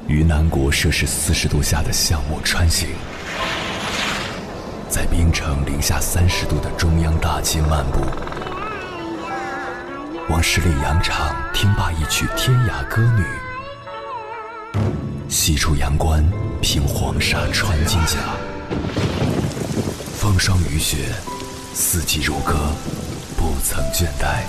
于南国摄氏40度下的项目穿行，在冰城零下30度的中央大街漫步，往十里洋场听罢一曲天涯歌女，西出阳关凭黄沙穿金甲，风霜雨雪，四季如歌，不曾倦怠。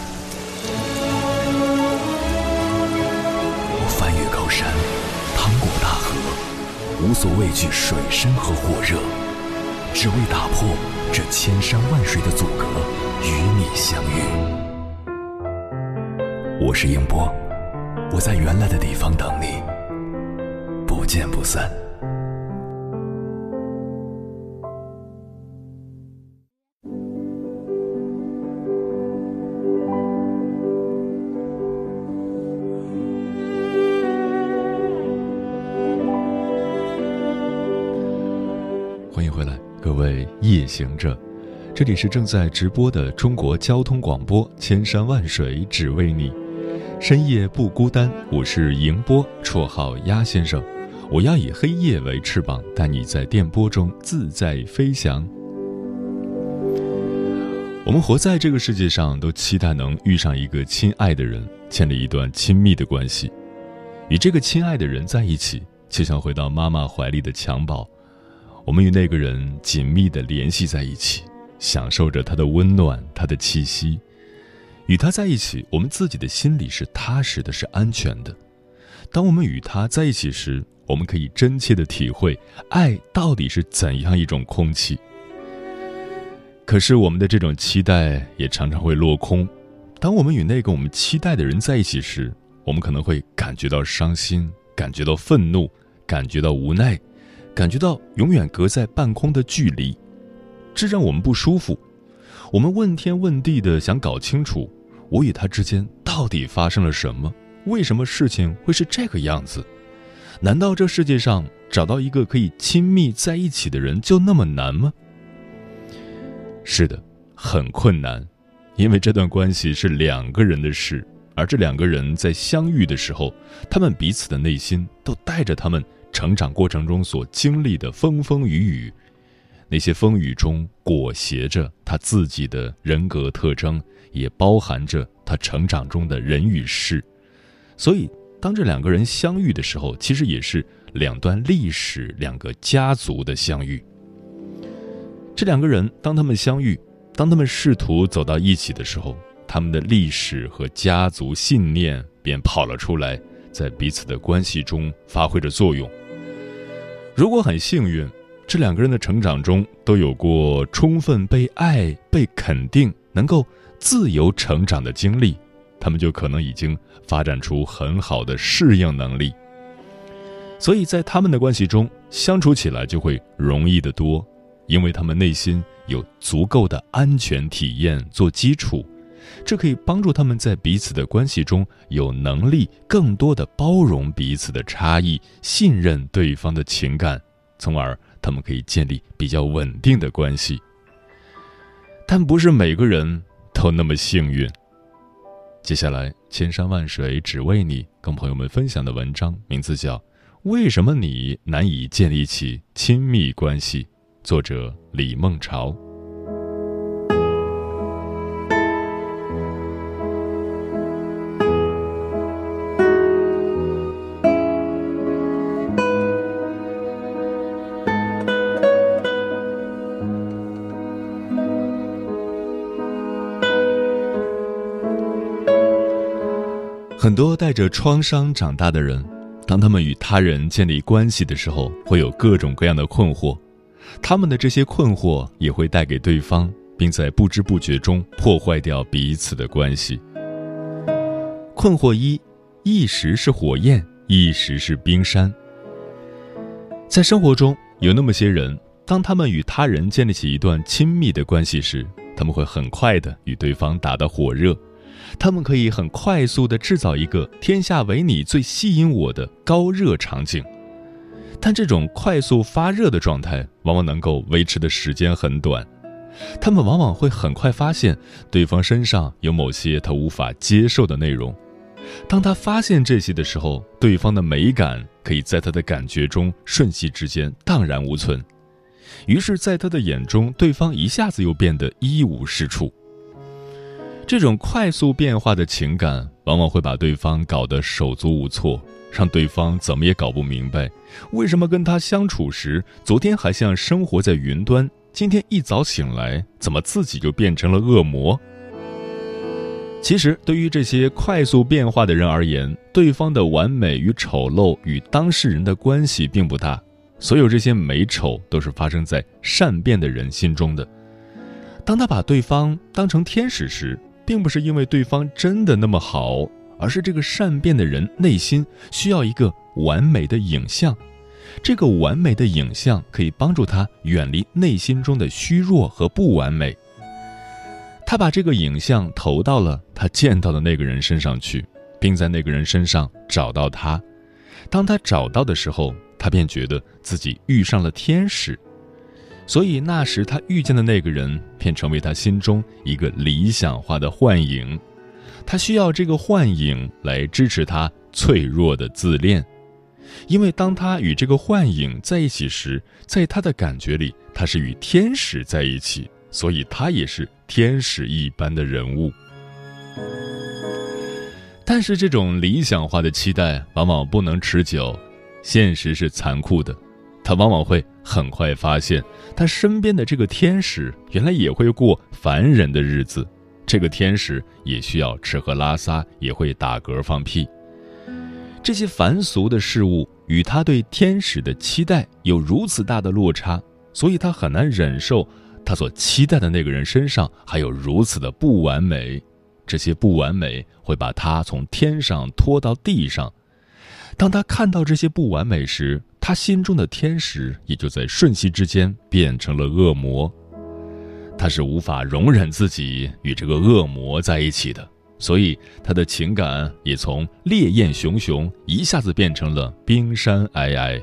我翻越高山，趟过大河，无所畏惧水深和火热，只为打破这千山万水的阻隔，与你相遇。我是英波，我在原来的地方等你，不见不散。 欢迎回来，各位夜行者，这里是正在直播的中国交通广播，千山万水只为你，深夜不孤单。我是迎波，绰号鸭先生。我要以黑夜为翅膀，带你在电波中自在飞翔。我们活在这个世界上，都期待能遇上一个亲爱的人，建立一段亲密的关系。与这个亲爱的人在一起，就像回到妈妈怀里的襁褓，我们与那个人紧密地联系在一起，享受着他的温暖，他的气息。与他在一起，我们自己的心里是踏实的，是安全的。当我们与他在一起时，我们可以真切地体会爱到底是怎样一种空气。可是我们的这种期待也常常会落空。当我们与那个我们期待的人在一起时，我们可能会感觉到伤心，感觉到愤怒，感觉到无奈，感觉到永远隔在半空的距离，这让我们不舒服。我们问天问地的想搞清楚，我与他之间到底发生了什么？为什么事情会是这个样子？难道这世界上找到一个可以亲密在一起的人就那么难吗？是的，很困难，因为这段关系是两个人的事，而这两个人在相遇的时候，他们彼此的内心都带着他们成长过程中所经历的风风雨雨，那些风雨中裹挟着他自己的人格特征，也包含着他成长中的人与事。所以当这两个人相遇的时候，其实也是两段历史，两个家族的相遇。这两个人当他们相遇，当他们试图走到一起的时候，他们的历史和家族信念便跑了出来，在彼此的关系中发挥着作用。如果很幸运，这两个人的成长中都有过充分被爱、被肯定，能够自由成长的经历，他们就可能已经发展出很好的适应能力。所以在他们的关系中，相处起来就会容易得多，因为他们内心有足够的安全体验做基础，这可以帮助他们在彼此的关系中有能力更多地包容彼此的差异，信任对方的情感，从而他们可以建立比较稳定的关系。但不是每个人都那么幸运。接下来千山万水只为你跟朋友们分享的文章名字叫《为什么你难以建立起亲密关系》，作者李梦潮。很多带着创伤长大的人，当他们与他人建立关系的时候，会有各种各样的困惑，他们的这些困惑也会带给对方，并在不知不觉中破坏掉彼此的关系。困惑一，一时是火焰，一时是冰山。在生活中，有那么些人，当他们与他人建立起一段亲密的关系时，他们会很快地与对方打得火热，他们可以很快速地制造一个天下唯你最吸引我的高热场景。但这种快速发热的状态往往能够维持的时间很短，他们往往会很快发现对方身上有某些他无法接受的内容， 当他发现这些的时候，对方的美感可以在他的感觉中瞬息之间荡然无存，于是在他的眼中，对方一下子又变得一无是处。这种快速变化的情感往往会把对方搞得手足无措，让对方怎么也搞不明白，为什么跟他相处时，昨天还像生活在云端，今天一早醒来，怎么自己就变成了恶魔？其实对于这些快速变化的人而言，对方的完美与丑陋与当事人的关系并不大，所有这些美丑都是发生在善变的人心中的。当他把对方当成天使时，并不是因为对方真的那么好，而是这个善变的人内心需要一个完美的影像，这个完美的影像可以帮助他远离内心中的虚弱和不完美。他把这个影像投到了他见到的那个人身上去，并在那个人身上找到他。当他找到的时候，他便觉得自己遇上了天使，所以那时他遇见的那个人便成为他心中一个理想化的幻影。他需要这个幻影来支持他脆弱的自恋，因为当他与这个幻影在一起时，在他的感觉里，他是与天使在一起，所以他也是天使一般的人物。但是这种理想化的期待往往不能持久，现实是残酷的，他往往会很快发现，他身边的这个天使原来也会过凡人的日子，这个天使也需要吃喝拉撒，也会打嗝放屁。这些凡俗的事物与他对天使的期待有如此大的落差，所以他很难忍受他所期待的那个人身上还有如此的不完美。这些不完美会把他从天上拖到地上。当他看到这些不完美时，他心中的天使也就在瞬息之间变成了恶魔。他是无法容忍自己与这个恶魔在一起的，所以他的情感也从烈焰熊熊一下子变成了冰山皑皑。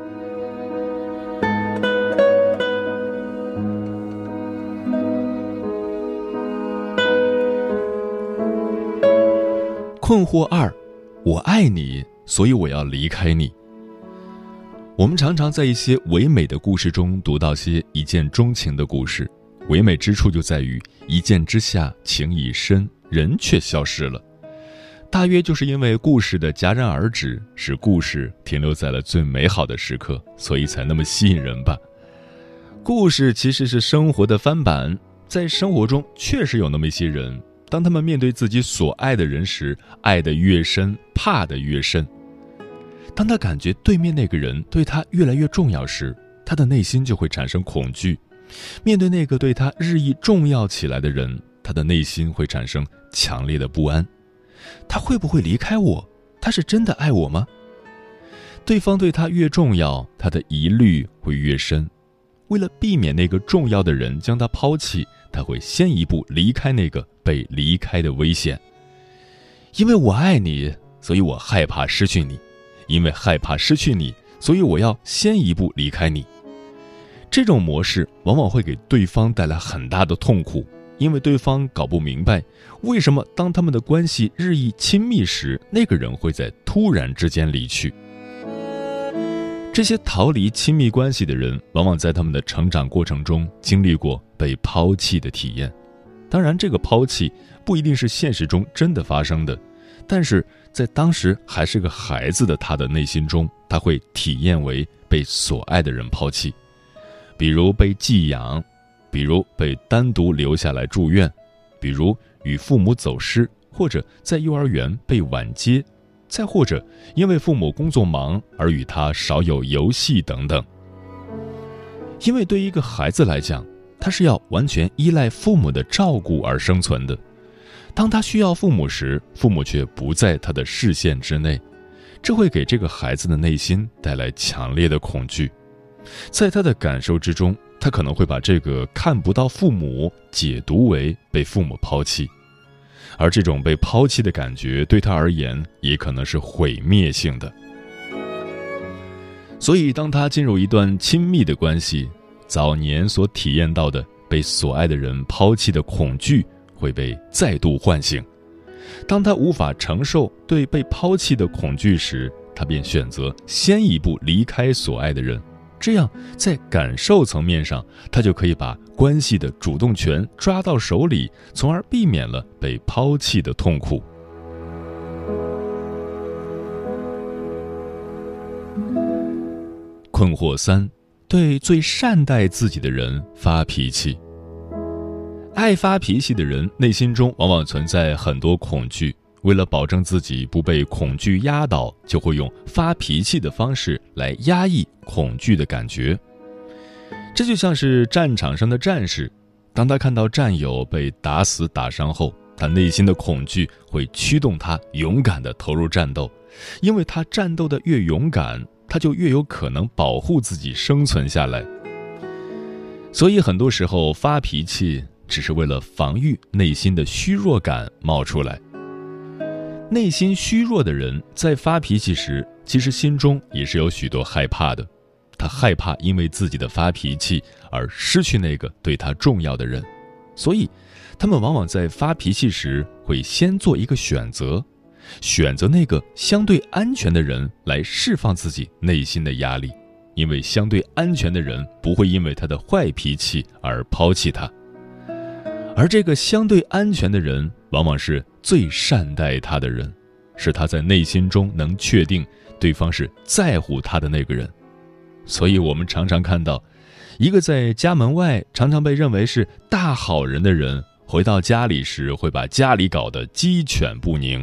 困惑二，我爱你，所以我要离开你。我们常常在一些唯美的故事中读到些一见钟情的故事，唯美之处就在于一见之下情已深，人却消失了。大约就是因为故事的戛然而止，使故事停留在了最美好的时刻，所以才那么吸引人吧。故事其实是生活的翻版，在生活中确实有那么一些人，当他们面对自己所爱的人时，爱得越深，怕得越深。当他感觉对面那个人对他越来越重要时，他的内心就会产生恐惧。面对那个对他日益重要起来的人，他的内心会产生强烈的不安。他会不会离开我？他是真的爱我吗？对方对他越重要，他的疑虑会越深。为了避免那个重要的人将他抛弃，他会先一步离开那个被离开的危险。因为我爱你，所以我害怕失去你。因为害怕失去你，所以我要先一步离开你。这种模式往往会给对方带来很大的痛苦，因为对方搞不明白，为什么当他们的关系日益亲密时，那个人会在突然之间离去。这些逃离亲密关系的人，往往在他们的成长过程中经历过被抛弃的体验。当然，这个抛弃不一定是现实中真的发生的，但是在当时还是个孩子的他的内心中，他会体验为被所爱的人抛弃，比如被寄养，比如被单独留下来住院，比如与父母走失，或者在幼儿园被晚接，再或者因为父母工作忙而与他少有游戏等等。因为对一个孩子来讲，他是要完全依赖父母的照顾而生存的。当他需要父母时，父母却不在他的视线之内，这会给这个孩子的内心带来强烈的恐惧。在他的感受之中，他可能会把这个看不到父母解读为被父母抛弃，而这种被抛弃的感觉对他而言也可能是毁灭性的。所以当他进入一段亲密的关系，早年所体验到的被所爱的人抛弃的恐惧会被再度唤醒， 当他无法承受对被抛弃的恐惧时，他便选择先一步离开所爱的人，这样在感受层面上，他就可以把关系的主动权抓到手里，从而避免了被抛弃的痛苦。困惑3，对最善待自己的人发脾气。爱发脾气的人内心中往往存在很多恐惧，为了保证自己不被恐惧压倒，就会用发脾气的方式来压抑恐惧的感觉。这就像是战场上的战士，当他看到战友被打死打伤后，他内心的恐惧会驱动他勇敢地投入战斗，因为他战斗的越勇敢，他就越有可能保护自己生存下来。所以很多时候发脾气只是为了防御内心的虚弱感冒出来。内心虚弱的人在发脾气时，其实心中也是有许多害怕的。他害怕因为自己的发脾气而失去那个对他重要的人，所以他们往往在发脾气时会先做一个选择，选择那个相对安全的人来释放自己内心的压力，因为相对安全的人不会因为他的坏脾气而抛弃他。而这个相对安全的人往往是最善待他的人，是他在内心中能确定对方是在乎他的那个人。所以我们常常看到，一个在家门外常常被认为是大好人的人，回到家里时会把家里搞得鸡犬不宁。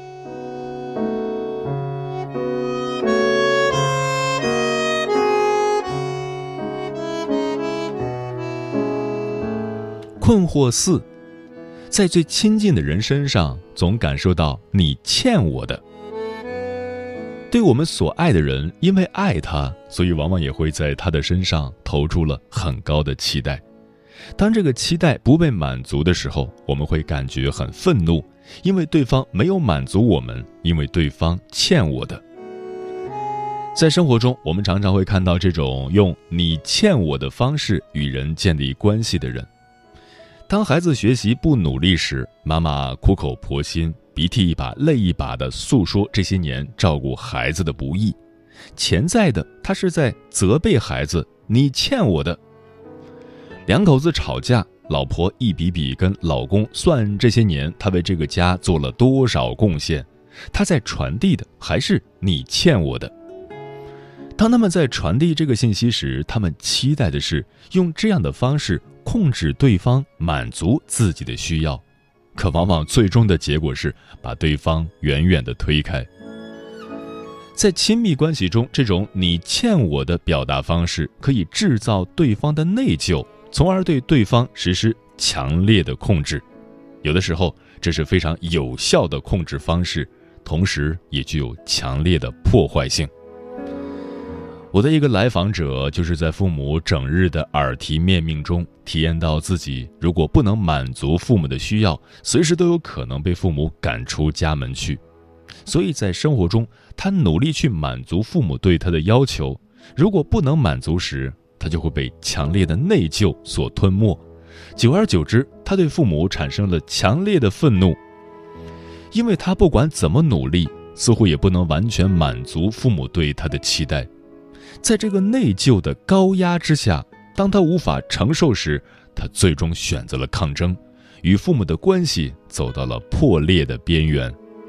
困惑4，在最亲近的人身上总感受到你欠我的。对我们所爱的人，因为爱他，所以往往也会在他的身上投注了很高的期待。当这个期待不被满足的时候，我们会感觉很愤怒，因为对方没有满足我们，因为对方欠我的。在生活中，我们常常会看到这种用你欠我的方式与人建立关系的人。当孩子学习不努力时，妈妈苦口婆心，鼻涕一把泪一把地诉说这些年照顾孩子的不易，潜在的她是在责备孩子，你欠我的。两口子吵架，老婆一笔笔跟老公算这些年她为这个家做了多少贡献，她在传递的还是你欠我的。当他们在传递这个信息时，他们期待的是用这样的方式控制对方，满足自己的需要，可往往最终的结果是把对方远远地推开。在亲密关系中，这种你欠我的表达方式可以制造对方的内疚，从而对对方实施强烈的控制。有的时候，这是非常有效的控制方式，同时也具有强烈的破坏性。我的一个来访者就是在父母整日的耳提面命中，体验到自己如果不能满足父母的需要，随时都有可能被父母赶出家门去。所以在生活中，他努力去满足父母对他的要求，如果不能满足时，他就会被强烈的内疚所吞没。久而久之，他对父母产生了强烈的愤怒，因为他不管怎么努力，似乎也不能完全满足父母对他的期待。在这个内疚的高压之下，当他无法承受时，他最终选择了抗争，与父母的关系走到了破裂的边缘。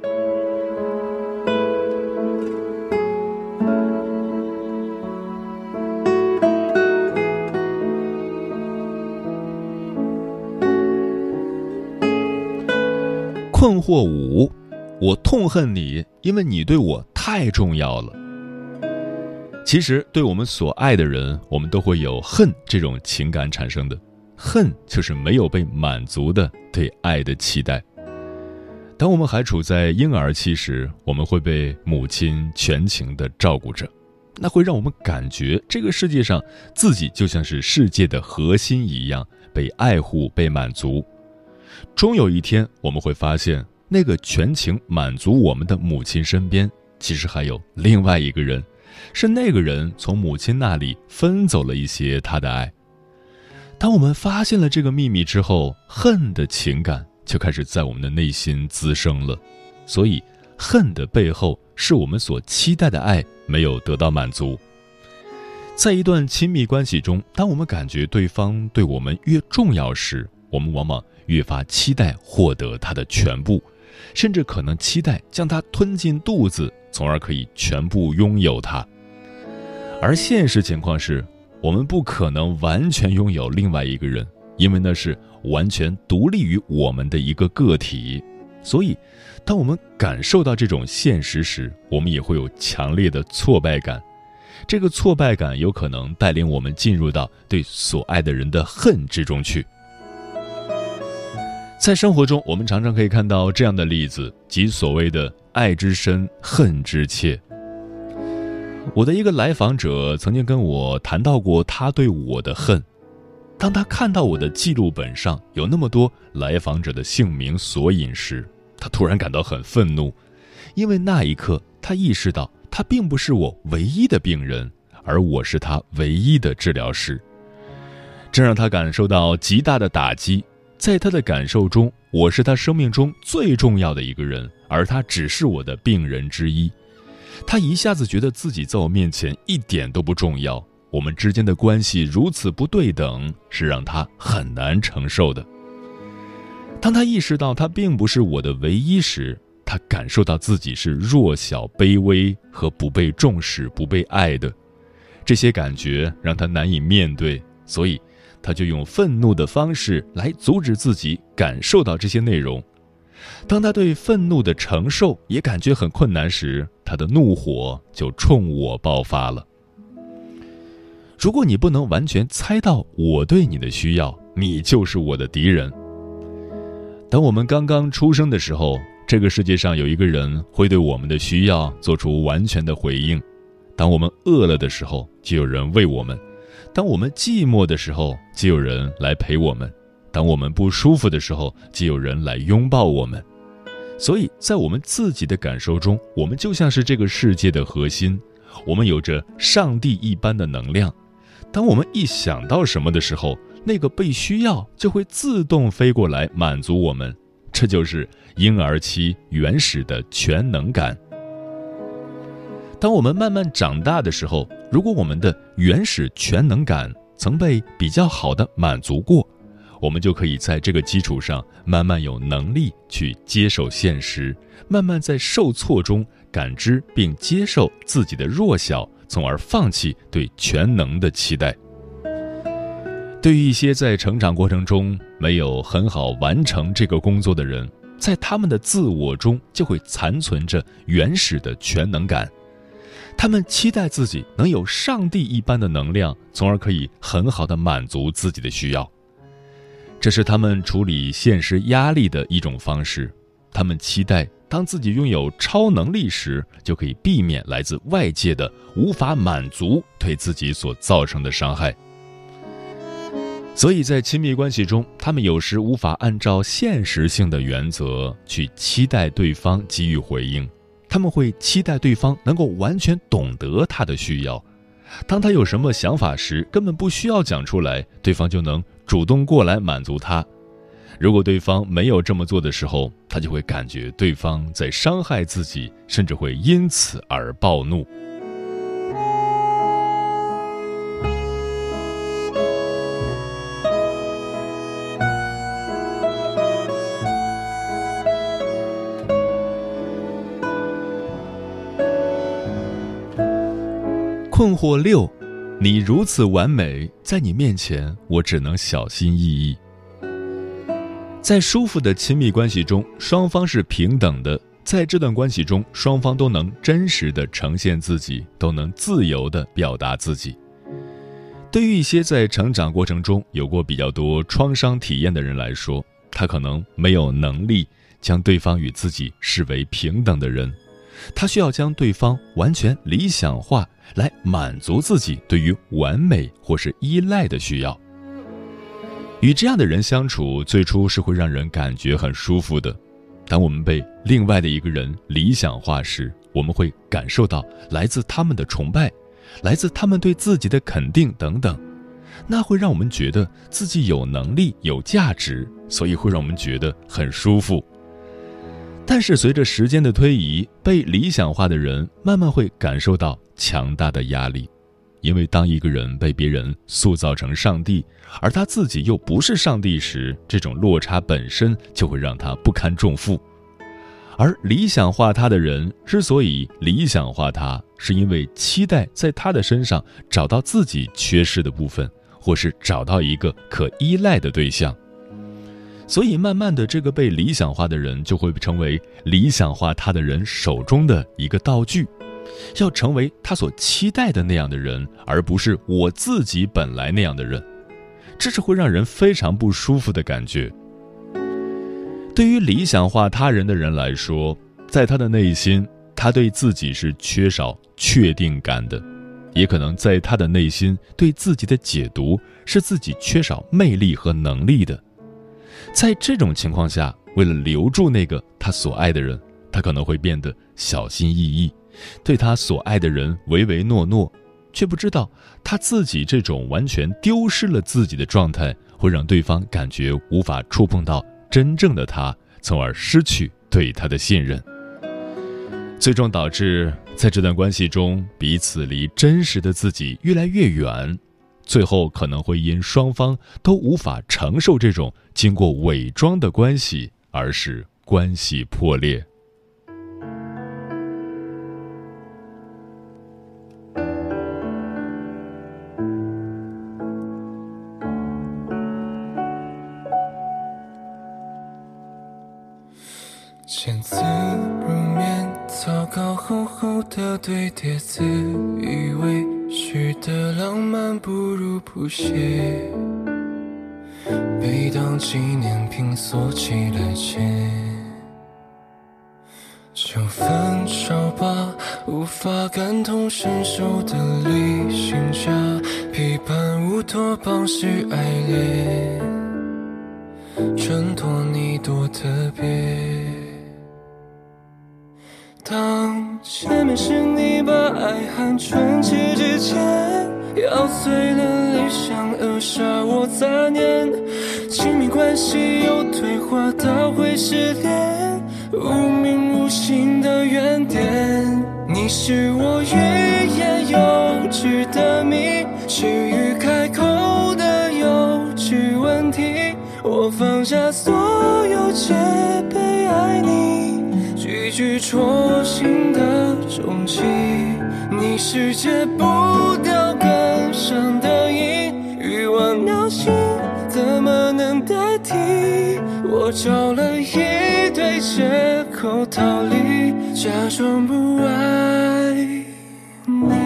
困惑5，我痛恨你，因为你对我太重要了。其实对我们所爱的人，我们都会有恨这种情感产生的。恨就是没有被满足的对爱的期待。当我们还处在婴儿期时，我们会被母亲全情地照顾着，那会让我们感觉这个世界上自己就像是世界的核心一样，被爱护，被满足。终有一天，我们会发现，那个全情满足我们的母亲身边，其实还有另外一个人，是那个人从母亲那里分走了一些他的爱。当我们发现了这个秘密之后，恨的情感就开始在我们的内心滋生了。所以恨的背后是我们所期待的爱没有得到满足。在一段亲密关系中，当我们感觉对方对我们越重要时，我们往往越发期待获得他的全部，甚至可能期待将他吞进肚子，从而可以全部拥有他。而现实情况是，我们不可能完全拥有另外一个人，因为那是完全独立于我们的一个个体。所以当我们感受到这种现实时，我们也会有强烈的挫败感。这个挫败感有可能带领我们进入到对所爱的人的恨之中去。在生活中，我们常常可以看到这样的例子，即所谓的爱之深，恨之切。我的一个来访者曾经跟我谈到过他对我的恨。当他看到我的记录本上有那么多来访者的姓名索引时，他突然感到很愤怒，因为那一刻他意识到他并不是我唯一的病人，而我是他唯一的治疗师。这让他感受到极大的打击。在他的感受中，我是他生命中最重要的一个人，而他只是我的病人之一。他一下子觉得自己在我面前一点都不重要，我们之间的关系如此不对等，是让他很难承受的。当他意识到他并不是我的唯一时，他感受到自己是弱小、卑微和不被重视、不被爱的。这些感觉让他难以面对，所以他就用愤怒的方式来阻止自己感受到这些内容。当他对愤怒的承受也感觉很困难时，他的怒火就冲我爆发了。如果你不能完全猜到我对你的需要，你就是我的敌人。当我们刚刚出生的时候，这个世界上有一个人会对我们的需要做出完全的回应。当我们饿了的时候，就有人喂我们；当我们寂寞的时候，就有人来陪我们；当我们不舒服的时候，就有人来拥抱我们。所以在我们自己的感受中，我们就像是这个世界的核心，我们有着上帝一般的能量。当我们一想到什么的时候，那个被需要就会自动飞过来满足我们。这就是婴儿期原始的全能感。当我们慢慢长大的时候，如果我们的原始全能感曾被比较好的满足过，我们就可以在这个基础上慢慢有能力去接受现实，慢慢在受挫中感知并接受自己的弱小，从而放弃对全能的期待。对于一些在成长过程中没有很好完成这个工作的人，在他们的自我中就会残存着原始的全能感。他们期待自己能有上帝一般的能量，从而可以很好地满足自己的需要。这是他们处理现实压力的一种方式。他们期待当自己拥有超能力时，就可以避免来自外界的无法满足对自己所造成的伤害。所以在亲密关系中，他们有时无法按照现实性的原则去期待对方给予回应，他们会期待对方能够完全懂得他的需要。当他有什么想法时，根本不需要讲出来，对方就能主动过来满足他。如果对方没有这么做的时候，他就会感觉对方在伤害自己，甚至会因此而暴怒。困惑6，你如此完美，在你面前我只能小心翼翼。在舒服的亲密关系中，双方是平等的，在这段关系中，双方都能真实地呈现自己，都能自由地表达自己。对于一些在成长过程中有过比较多创伤体验的人来说，他可能没有能力将对方与自己视为平等的人，他需要将对方完全理想化，来满足自己对于完美或是依赖的需要。与这样的人相处，最初是会让人感觉很舒服的。当我们被另外的一个人理想化时，我们会感受到来自他们的崇拜，来自他们对自己的肯定等等。 那会让我们觉得自己有能力、有价值，所以会让我们觉得很舒服。但是随着时间的推移，被理想化的人慢慢会感受到强大的压力，因为当一个人被别人塑造成上帝，而他自己又不是上帝时，这种落差本身就会让他不堪重负。而理想化他的人之所以理想化他，是因为期待在他的身上找到自己缺失的部分，或是找到一个可依赖的对象。所以慢慢的，这个被理想化的人就会成为理想化他的人手中的一个道具，要成为他所期待的那样的人，而不是我自己本来那样的人。这是会让人非常不舒服的感觉。对于理想化他人的人来说，在他的内心，他对自己是缺少确定感的，也可能在他的内心对自己的解读是自己缺少魅力和能力的。在这种情况下，为了留住那个他所爱的人，他可能会变得小心翼翼，对他所爱的人唯唯诺诺，却不知道他自己这种完全丢失了自己的状态，会让对方感觉无法触碰到真正的他，从而失去对他的信任，最终导致在这段关系中彼此离真实的自己越来越远，最后可能会因双方都无法承受这种经过伪装的关系，而使关系破裂。 见字如面，草稿厚厚的堆叠，自以为虚的浪漫不如谱写，被当纪念品锁起来前，就分手吧。无法感同身受的旅行家，批判乌托邦是爱恋，衬托你多特别。当见面时你把爱和纯洁之间咬碎了理想扼杀我杂念，亲密关系又退化到会失联，无名无形的原点。你是我欲言又止的谜，是欲开口的幼稚问题，我放下所有戒备爱你，句句戳心的重击。你是戒不掉感伤的瘾，欲望nau心怎么能代替？我找了一堆借口逃离，假装不爱你。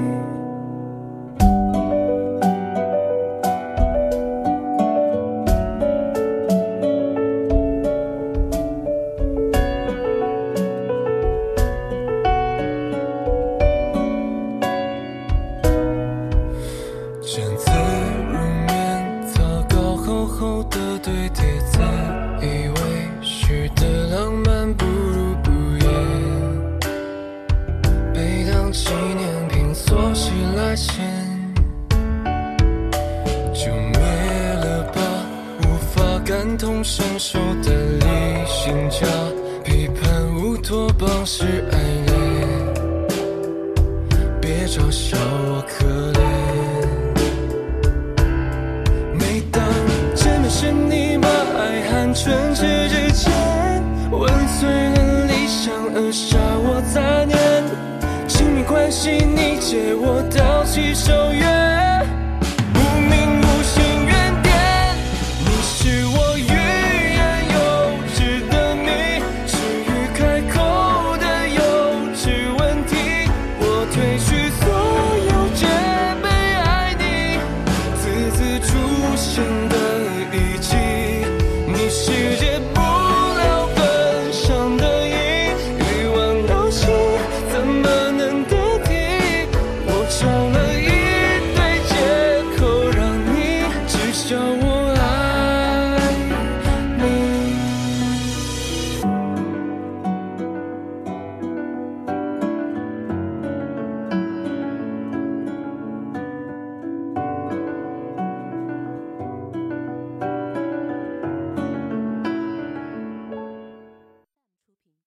感同身受的理性家，批判乌托邦是爱恋，别嘲笑我可怜。每当见面时你把爱和纯洁之间吻碎了理想，扼杀我杂念，亲密关系你借我到起手缘，